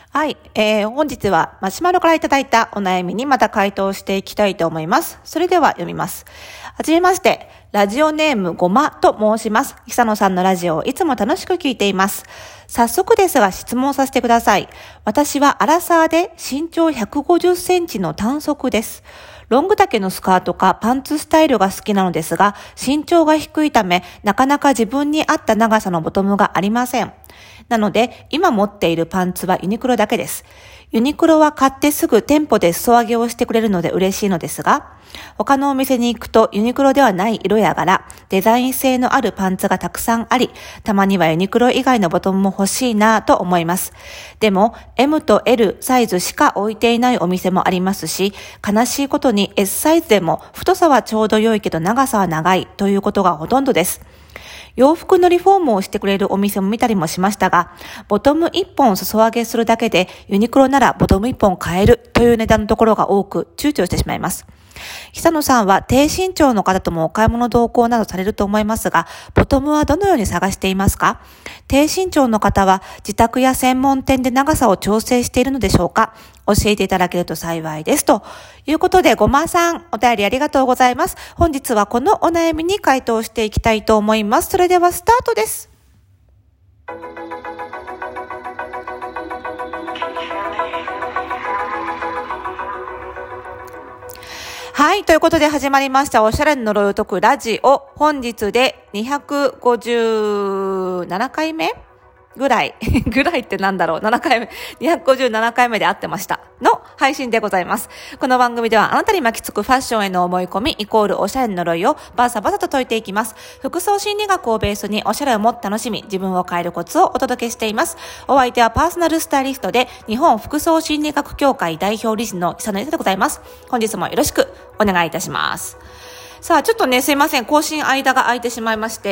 はい、本日はマシュマロからいただいたお悩みにまた回答していきたいと思います。それでは読みます。はじめまして、ラジオネームごまと申します。久野さんのラジオをいつも楽しく聞いています。早速ですが質問させてください。私はアラサーで身長150センチの短足です。ロング丈のスカートかパンツスタイルが好きなのですが、身長が低いため、なかなか自分に合った長さのボトムがありません。なので、今持っているパンツはユニクロだけです。ユニクロは買ってすぐ店舗で裾上げをしてくれるので嬉しいのですが、他のお店に行くとユニクロではない色や柄、デザイン性のあるパンツがたくさんあり、たまにはユニクロ以外のボトムも欲しいなぁと思います。でも、M と L サイズしか置いていないお店もありますし、悲しいことに S サイズでも太さはちょうど良いけど長さは長いということがほとんどです。洋服のリフォームをしてくれるお店も見たりもしましたが、ボトム1本裾上げするだけでユニクロならボトム1本買えるという値段のところが多く躊躇してしまいます。久野さんは低身長の方ともお買い物同行などされると思いますが、ボトムはどのように探していますか？低身長の方は自宅や専門店で長さを調整しているのでしょうか？教えていただけると幸いです。ということで、ごまさん、お便りありがとうございます。本日はこのお悩みに回答していきたいと思います。それではスタートです。はい。ということで始まりました。おしゃれの呪いを解くラジオ。本日で257回目ぐらいってなんだろう。7回目。257回目で合ってました。の配信でございます。この番組ではあなたに巻きつくファッションへの思い込みイコールおしゃれの呪いをバサバサと解いていきます。服装心理学をベースにおしゃれをもっと楽しみ、自分を変えるコツをお届けしています。お相手はパーソナルスタイリストで日本服装心理学協会代表理事の久野でございます。本日もよろしくお願いいたします。さあ、ちょっとね、すいません。更新間が空いてしまいまして、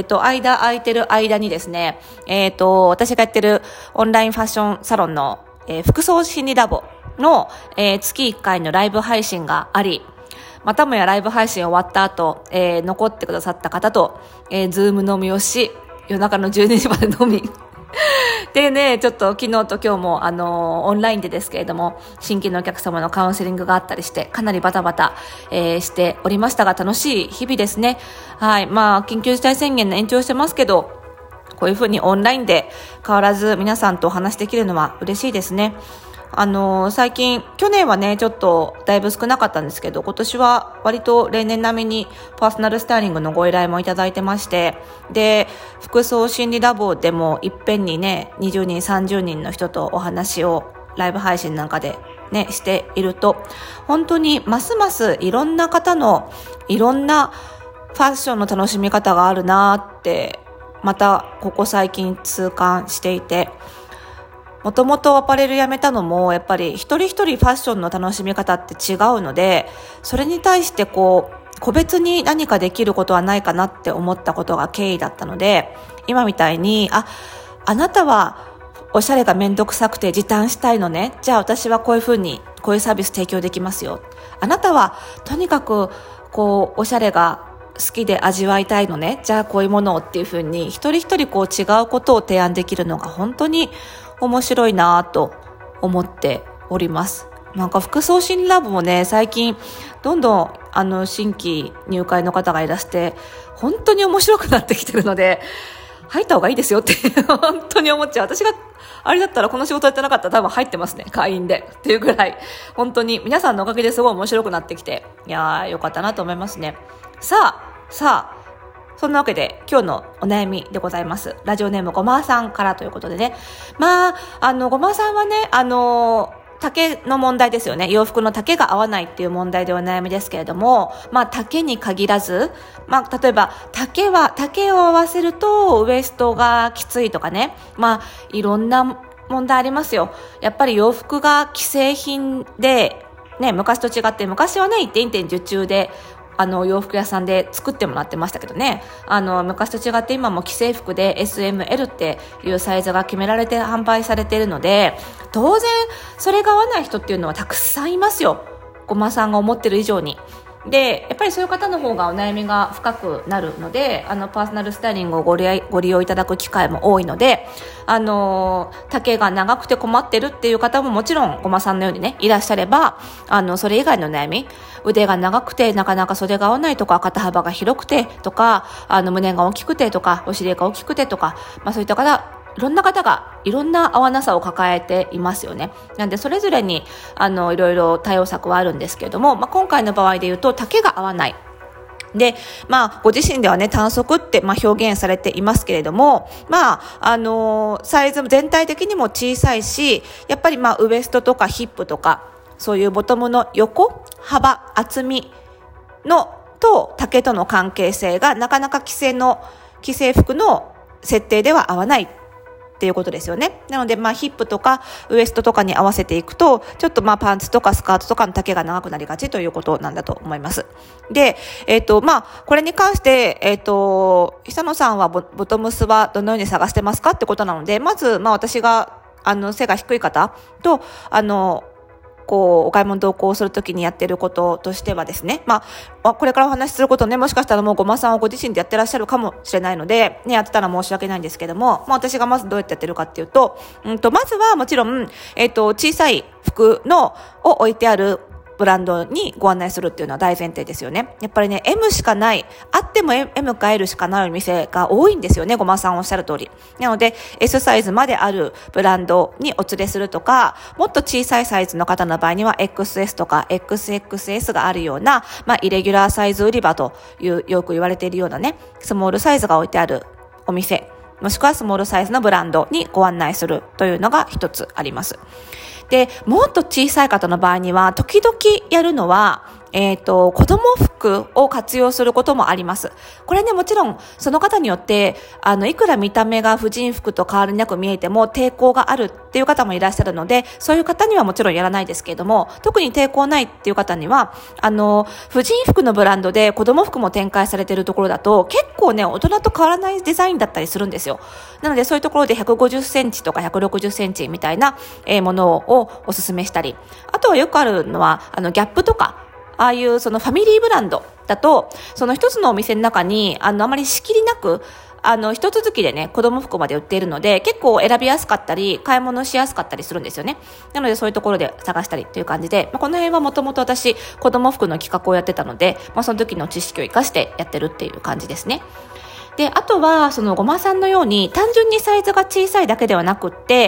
空いてる間にですね、私がやってるオンラインファッションサロンの、服装心理ラボの、月1回のライブ配信があり、またもやライブ配信終わった後、残ってくださった方と、ズーム飲みをし、夜中の12時まで飲み、でね、ちょっと昨日と今日もオンラインでですけれども、新規のお客様のカウンセリングがあったりして、かなりバタバタ、しておりましたが、楽しい日々ですね。はい。まあ、緊急事態宣言の延長してますけど、こういうふうにオンラインで変わらず皆さんとお話できるのは嬉しいですね。最近、去年はね、ちょっとだいぶ少なかったんですけど、今年は割と例年並みにパーソナルスタイリングのご依頼もいただいてまして、で、服装心理ラボでもいっぺんにね、20人、30人の人とお話をライブ配信なんかでね、していると、本当にますますいろんな方のいろんなファッションの楽しみ方があるなって、またここ最近痛感していて、もともとアパレルやめたのもやっぱり一人一人ファッションの楽しみ方って違うので、それに対して個別に何かできることはないかなって思ったことが経緯だったので、今みたいにあなたはおしゃれがめんどくさくて時短したいのね、じゃあ私はこういう風にこういうサービス提供できますよ。あなたはとにかくおしゃれが好きで味わいたいのね、じゃあこういうものをっていう風に一人一人違うことを提案できるのが本当に面白いなと思っております。なんか服装心理ラボもね、最近どんどん新規入会の方がいらして本当に面白くなってきてるので、入った方がいいですよって本当に思っちゃう。私があれだったらこの仕事やってなかったら多分入ってますね、会員でっていうぐらい、本当に皆さんのおかげですごい面白くなってきて、いやーよかったなと思いますね。さあそんなわけで今日のお悩みでございます。ラジオネームごまさんからということでね。まあ、ごまさんはね、丈の問題ですよね。洋服の丈が合わないっていう問題でお悩みですけれども、まあ、丈に限らず、まあ、例えば、丈を合わせるとウエストがきついとかね。まあ、いろんな問題ありますよ。やっぱり洋服が既製品で、ね、昔と違って、昔はね、一点一点受注で、洋服屋さんで作ってもらってましたけどね、昔と違って今も既製服で SM、L っていうサイズが決められて販売されているので、当然それが合わない人っていうのはたくさんいますよ。ごまさんが思ってる以上に。 でやっぱりそういう方の方がお悩みが深くなるので、パーソナルスタイリングをご利用いただく機会も多いので、丈が長くて困ってるっていう方ももちろんごまさんのようにねいらっしゃれば、それ以外の悩み、腕が長くてなかなか袖が合わないとか、肩幅が広くてとか、胸が大きくてとか、お尻が大きくてとか、そういった方、いろんな方がいろんな合わなさを抱えていますよね。なんでそれぞれにいろいろ対応策はあるんですけれども、今回の場合で言うと丈が合わないで、ご自身ではね短足って表現されていますけれども、サイズ全体的にも小さいし、やっぱりウエストとかヒップとかそういうボトムの横幅厚みのと丈との関係性がなかなか既製服の設定では合わないっていうことですよね。なのでヒップとかウエストとかに合わせていくと、ちょっとパンツとかスカートとかの丈が長くなりがちということなんだと思います。で、これに関して、久野さんはボトムスはどのように探してますかってことなので、まず私が背が低い方とお買い物同行するときにやっていることとしてはですね、これからお話しすることね、もしかしたらもうごまさんをご自身でやってらっしゃるかもしれないので、やってたら申し訳ないんですけども、私がまずどうやってやってるかっていうと、まずはもちろん、小さい服を置いてあるブランドにご案内するっていうのは大前提ですよね。やっぱりね M しかない、あっても M か L しかない店が多いんですよね。ごまさんおっしゃる通りなので、 S サイズまであるブランドにお連れするとか、もっと小さいサイズの方の場合には XS とか XXS があるような、イレギュラーサイズ売り場というよく言われているようなね、スモールサイズが置いてあるお店、もしくはスモールサイズのブランドにご案内するというのが一つあります。で、もっと小さい方の場合には時々やるのは、子供服を活用することもあります。これね、もちろんその方によっていくら見た目が婦人服と変わりなく見えても抵抗があるっていう方もいらっしゃるので、そういう方にはもちろんやらないですけれども、特に抵抗ないっていう方には婦人服のブランドで子供服も展開されているところだと結構ね、大人と変わらないデザインだったりするんですよ。なのでそういうところで150センチとか160センチみたいなものをおすすめしたり、あとはよくあるのはギャップとか、ああいうそのファミリーブランドだと、その一つのお店の中にあまり仕切りなく一続きでね子供服まで売っているので、結構選びやすかったり買い物しやすかったりするんですよね。なのでそういうところで探したりという感じで、この辺はもともと私子供服の企画をやってたので、その時の知識を生かしてやってるっていう感じですね。で、あとはそのごまさんのように単純にサイズが小さいだけではなくって、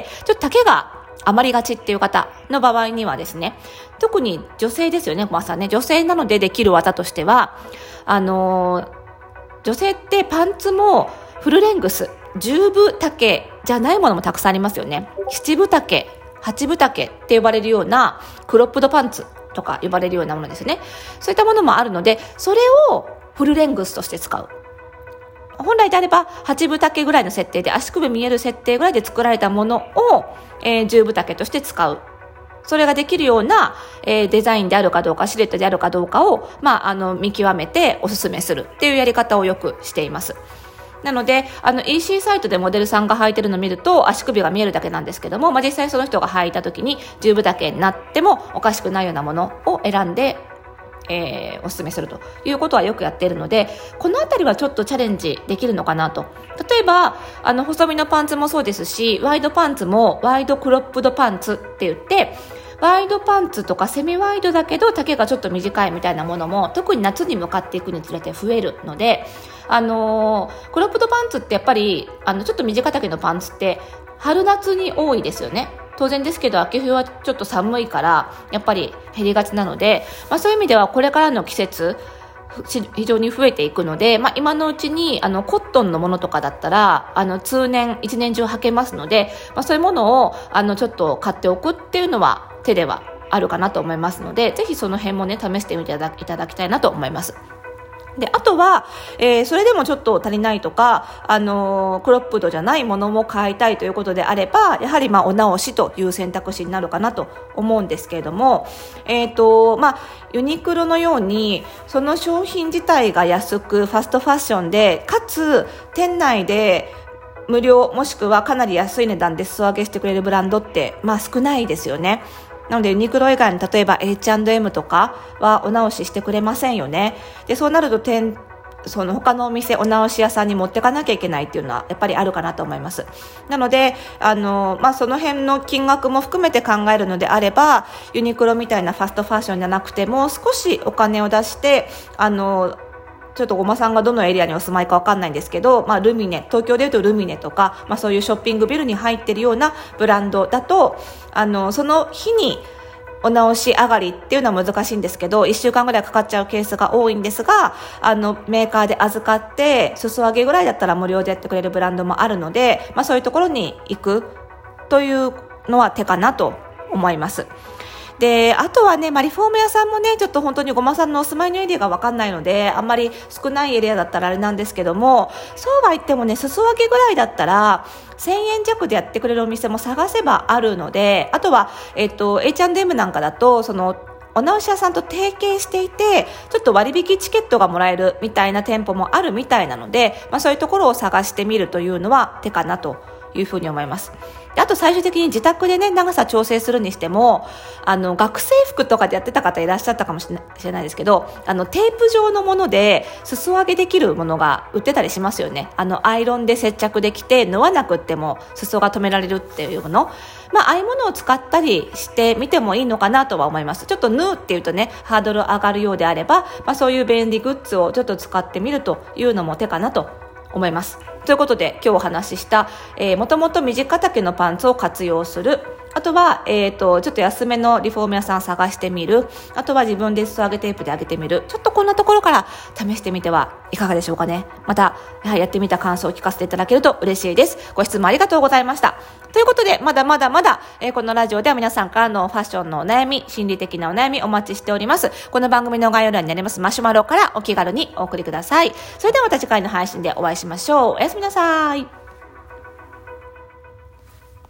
ちょっと丈が余りがちっていう方の場合にはですね、特に女性ですよね、ごまさんね、女性なのでできる技としては、女性ってパンツもフルレングス、10分丈じゃないものもたくさんありますよね。7分丈、8分丈って呼ばれるようなクロップドパンツとか呼ばれるようなものですね。そういったものもあるので、それをフルレングスとして使う。本来であれば8分丈ぐらいの設定で、足首見える設定ぐらいで作られたものを、10分丈として使う。それができるような、デザインであるかどうか、シルエットであるかどうかを、見極めておすすめするっていうやり方をよくしています。なのでEC サイトでモデルさんが履いてるのを見ると足首が見えるだけなんですけども、実際その人が履いた時に10分丈になってもおかしくないようなものを選んでおすすめするということはよくやっているので、このあたりはちょっとチャレンジできるのかなと。例えば細身のパンツもそうですし、ワイドパンツもワイドクロップドパンツって言って、ワイドパンツとかセミワイドだけど丈がちょっと短いみたいなものも特に夏に向かっていくにつれて増えるので、クロップドパンツってやっぱりちょっと短丈のパンツって春夏に多いですよね。当然ですけど秋冬はちょっと寒いからやっぱり減りがちなので、そういう意味ではこれからの季節非常に増えていくので、今のうちにコットンのものとかだったら通年一年中履けますので、そういうものをちょっと買っておくっていうのは手ではあるかなと思いますので、ぜひその辺もね試してみていただきたいなと思います。で、あとは、それでもちょっと足りないとか、クロップドじゃないものも買いたいということであれば、やはりお直しという選択肢になるかなと思うんですけれども、ユニクロのようにその商品自体が安くファストファッションで、かつ店内で無料もしくはかなり安い値段で裾上げしてくれるブランドって少ないですよね。 なのでユニクロ以外に例えば H&M とかはお直ししてくれませんよね。でそうなるとその他のお店、お直し屋さんに持ってかなきゃいけないっていうのはやっぱりあるかなと思います。なのでその辺の金額も含めて考えるのであれば、ユニクロみたいなファストファッションじゃなくても少しお金を出してちょっとごまさんがどのエリアにお住まいかわかんないんですけど、ルミネ、東京でいうとルミネとか、そういうショッピングビルに入ってるようなブランドだと、その日にお直し上がりっていうのは難しいんですけど、1週間ぐらいかかっちゃうケースが多いんですが、メーカーで預かって裾上げぐらいだったら無料でやってくれるブランドもあるので、そういうところに行くというのは手かなと思います。であとはね、リフォーム屋さんもね、ちょっと本当にごまさんのお住まいのエリアが分かんないので、あんまり少ないエリアだったらあれなんですけども、そうは言ってもね、裾上げぐらいだったら1000円弱でやってくれるお店も探せばあるので、あとは、H&M なんかだとお直し屋さんと提携していて、ちょっと割引チケットがもらえるみたいな店舗もあるみたいなので、そういうところを探してみるというのは手かなというふうに思います。あと最終的に自宅でね、長さ調整するにしても、学生服とかでやってた方いらっしゃったかもしれないですけど、テープ状のもので裾上げできるものが売ってたりしますよね。アイロンで接着できて縫わなくっても裾が止められるっていうもの、ああいうものを使ったりしてみてもいいのかなとは思います。ちょっと縫うっていうとね、ハードル上がるようであれば、そういう便利グッズをちょっと使ってみるというのも手かなと思います。ということで今日お話しした、もともと短丈のパンツを活用する、あとは、ちょっと安めのリフォーム屋さん探してみる、あとは自分で裾上げテープで上げてみる、ちょっとこんなところから試してみてはいかがでしょうかね。またやってみた感想を聞かせていただけると嬉しいです。ご質問ありがとうございました。ということでまだまだ、このラジオでは皆さんからのファッションのお悩み、心理的なお悩みお待ちしております。この番組の概要欄にありますマシュマロからお気軽にお送りください。それではまた次回の配信でお会いしましょう。おやすみなさい。